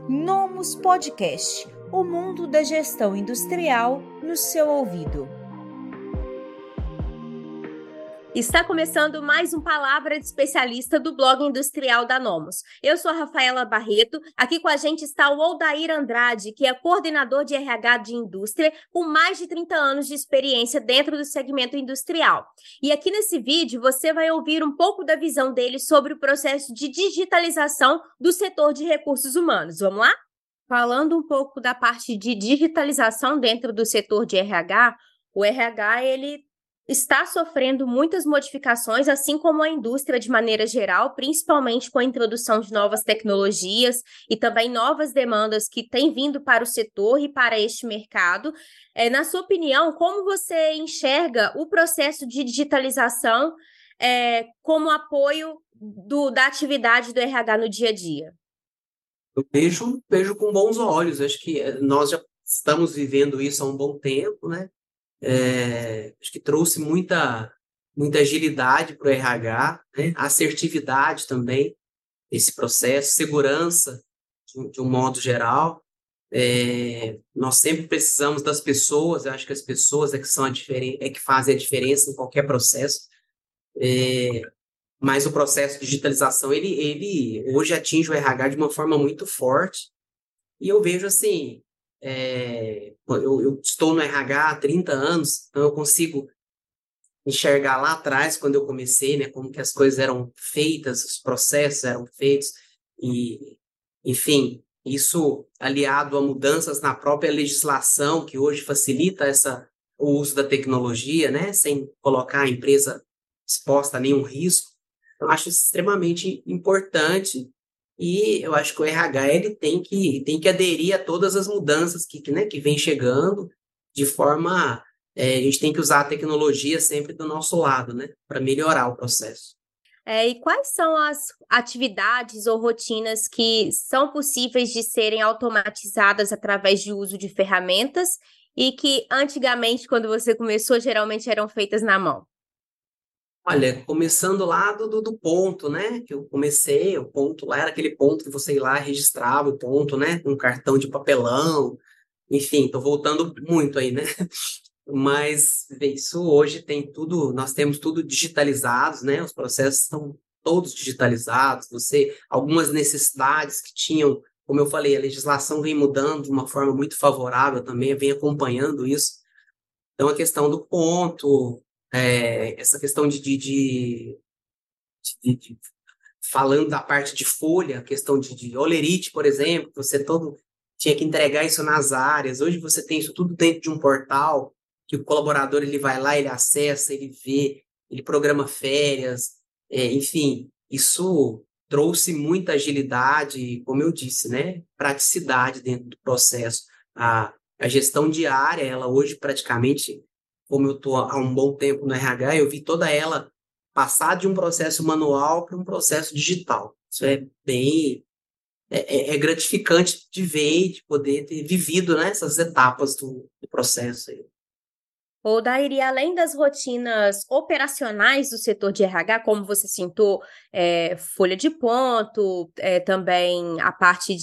Nomus Podcast, o mundo da gestão industrial no seu ouvido. Está começando mais um Palavra de Especialista do blog industrial da Nomus. Eu sou a Rafaela Barreto, aqui com a gente está o Aldair Andrade, que é coordenador de RH de indústria, com mais de 30 anos de experiência dentro do segmento industrial. E aqui nesse vídeo você vai ouvir um pouco da visão dele sobre o processo de digitalização do setor de recursos humanos. Vamos lá? Falando um pouco da parte de digitalização dentro do setor de RH, o RH, ele está sofrendo muitas modificações, assim como a indústria de maneira geral, principalmente com a introdução de novas tecnologias e também novas demandas que têm vindo para o setor e para este mercado. Na sua opinião, como você enxerga o processo de digitalização como apoio da atividade do RH no dia a dia? Eu vejo com bons olhos. Acho que nós já estamos vivendo isso há um bom tempo, né? Acho que trouxe muita agilidade para o RH, né? Assertividade também, esse processo, segurança de um modo geral. Nós sempre precisamos das pessoas. Eu acho que as pessoas é que são que fazem a diferença em qualquer processo. Mas o processo de digitalização, ele hoje atinge o RH de uma forma muito forte. E eu vejo assim, eu estou no RH há 30 anos, então eu consigo enxergar lá atrás, quando eu comecei, né, como que as coisas eram feitas, os processos eram feitos, e, enfim, isso aliado a mudanças na própria legislação, que hoje facilita o uso da tecnologia, né, sem colocar a empresa exposta a nenhum risco. Eu acho isso extremamente importante. E eu acho que o RH ele tem que aderir a todas as mudanças que vem chegando, de forma. A gente tem que usar a tecnologia sempre do nosso lado, né, para melhorar o processo. E quais são as atividades ou rotinas que são possíveis de serem automatizadas através de uso de ferramentas e que antigamente, quando você começou, geralmente eram feitas na mão? Olha, começando lá do ponto, né? Que eu comecei, o ponto lá era aquele ponto que você ia lá e registrava o ponto, né? Um cartão de papelão, enfim, tô voltando muito aí, né? Mas isso hoje tem tudo, nós temos tudo digitalizados, né? Os processos estão todos digitalizados. Algumas necessidades que tinham, como eu falei, a legislação vem mudando de uma forma muito favorável também, vem acompanhando isso. Então, a questão do ponto, essa questão de falando da parte de folha, a questão de holerite, por exemplo, tinha que entregar isso nas áreas. Hoje você tem isso tudo dentro de um portal, que o colaborador ele vai lá, ele acessa, ele vê, ele programa férias, enfim, isso trouxe muita agilidade, como eu disse, né? Praticidade dentro do processo. A gestão diária, ela hoje praticamente, como eu estou há um bom tempo no RH, eu vi toda ela passar de um processo manual para um processo digital. Isso é bem gratificante de ver, de poder ter vivido, né, essas etapas do processo aí. Dair, e além das rotinas operacionais do setor de RH, como você citou, folha de ponto, também a parte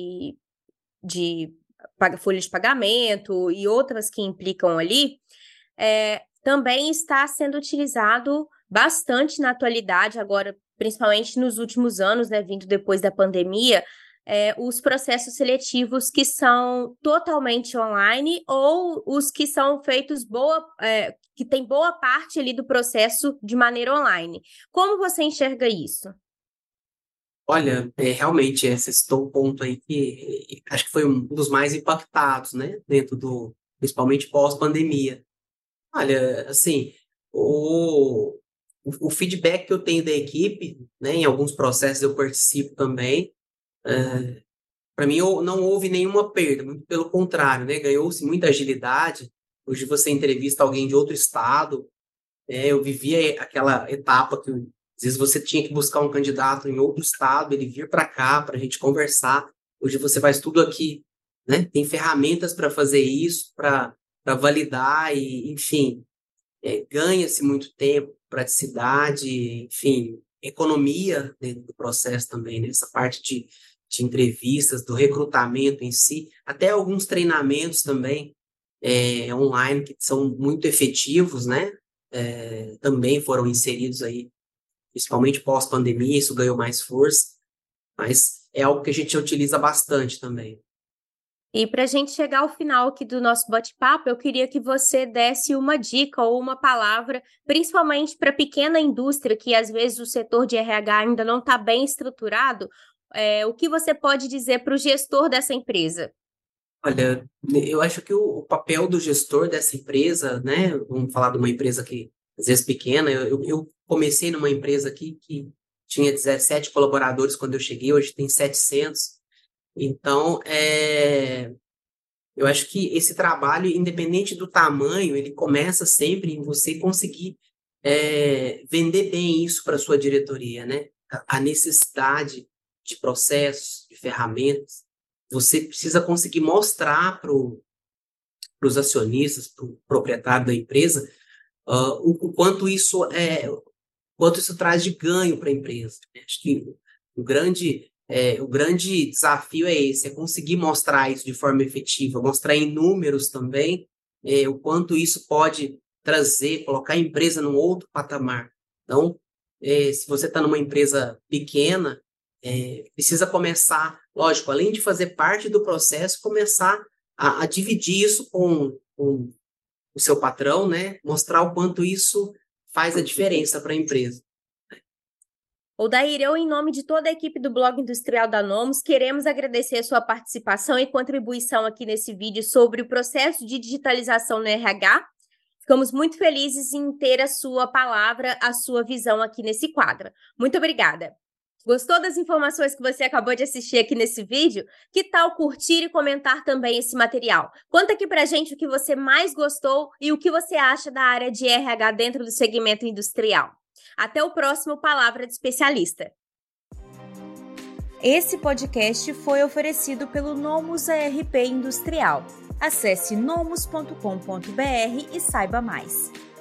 de folha de pagamento e outras que implicam ali, também está sendo utilizado bastante na atualidade, agora, principalmente nos últimos anos, né, vindo depois da pandemia, os processos seletivos que são totalmente online ou os que são feitos que tem boa parte ali do processo de maneira online. Como você enxerga isso? Olha, realmente, você citou um ponto aí que acho que foi um dos mais impactados, né, principalmente pós-pandemia. Olha, assim, o feedback que eu tenho da equipe, né, em alguns processos eu participo também, para mim não houve nenhuma perda, muito pelo contrário, né, ganhou-se muita agilidade. Hoje você entrevista alguém de outro estado, eu vivia aquela etapa que às vezes você tinha que buscar um candidato em outro estado, ele vir para cá para a gente conversar. Hoje você faz tudo aqui, né? Tem ferramentas para fazer isso, para validar e, enfim, ganha-se muito tempo, praticidade, enfim, economia dentro do processo também, né? Essa parte de entrevistas, do recrutamento em si, até alguns treinamentos também online que são muito efetivos, né? Também foram inseridos aí, principalmente pós-pandemia, isso ganhou mais força, mas é algo que a gente utiliza bastante também. E para a gente chegar ao final aqui do nosso bate-papo, eu queria que você desse uma dica ou uma palavra, principalmente para a pequena indústria, que às vezes o setor de RH ainda não está bem estruturado, o que você pode dizer para o gestor dessa empresa? Olha, eu acho que o papel do gestor dessa empresa, né? Vamos falar de uma empresa que, às vezes, pequena. Eu comecei numa empresa aqui que tinha 17 colaboradores quando eu cheguei, hoje tem 700. Então, eu acho que esse trabalho, independente do tamanho, ele começa sempre em você conseguir vender bem isso para a sua diretoria, né? A necessidade de processos, de ferramentas. Você precisa conseguir mostrar para os acionistas, para o proprietário da empresa, o quanto isso traz de ganho para a empresa. Acho que o grande desafio é esse, é conseguir mostrar isso de forma efetiva, mostrar em números também o quanto isso pode trazer, colocar a empresa num outro patamar. Então, se você está numa empresa pequena, precisa começar, lógico, além de fazer parte do processo, começar a dividir isso com o seu patrão, né? Mostrar o quanto isso faz a diferença para a empresa. Odair, eu, em nome de toda a equipe do Blog Industrial da Nomos, queremos agradecer a sua participação e contribuição aqui nesse vídeo sobre o processo de digitalização no RH. Ficamos muito felizes em ter a sua palavra, a sua visão aqui nesse quadro. Muito obrigada. Gostou das informações que você acabou de assistir aqui nesse vídeo? Que tal curtir e comentar também esse material? Conta aqui pra gente o que você mais gostou e o que você acha da área de RH dentro do segmento industrial. Até o próximo Palavra de Especialista. Esse podcast foi oferecido pelo Nomus ERP Industrial. Acesse nomus.com.br e saiba mais.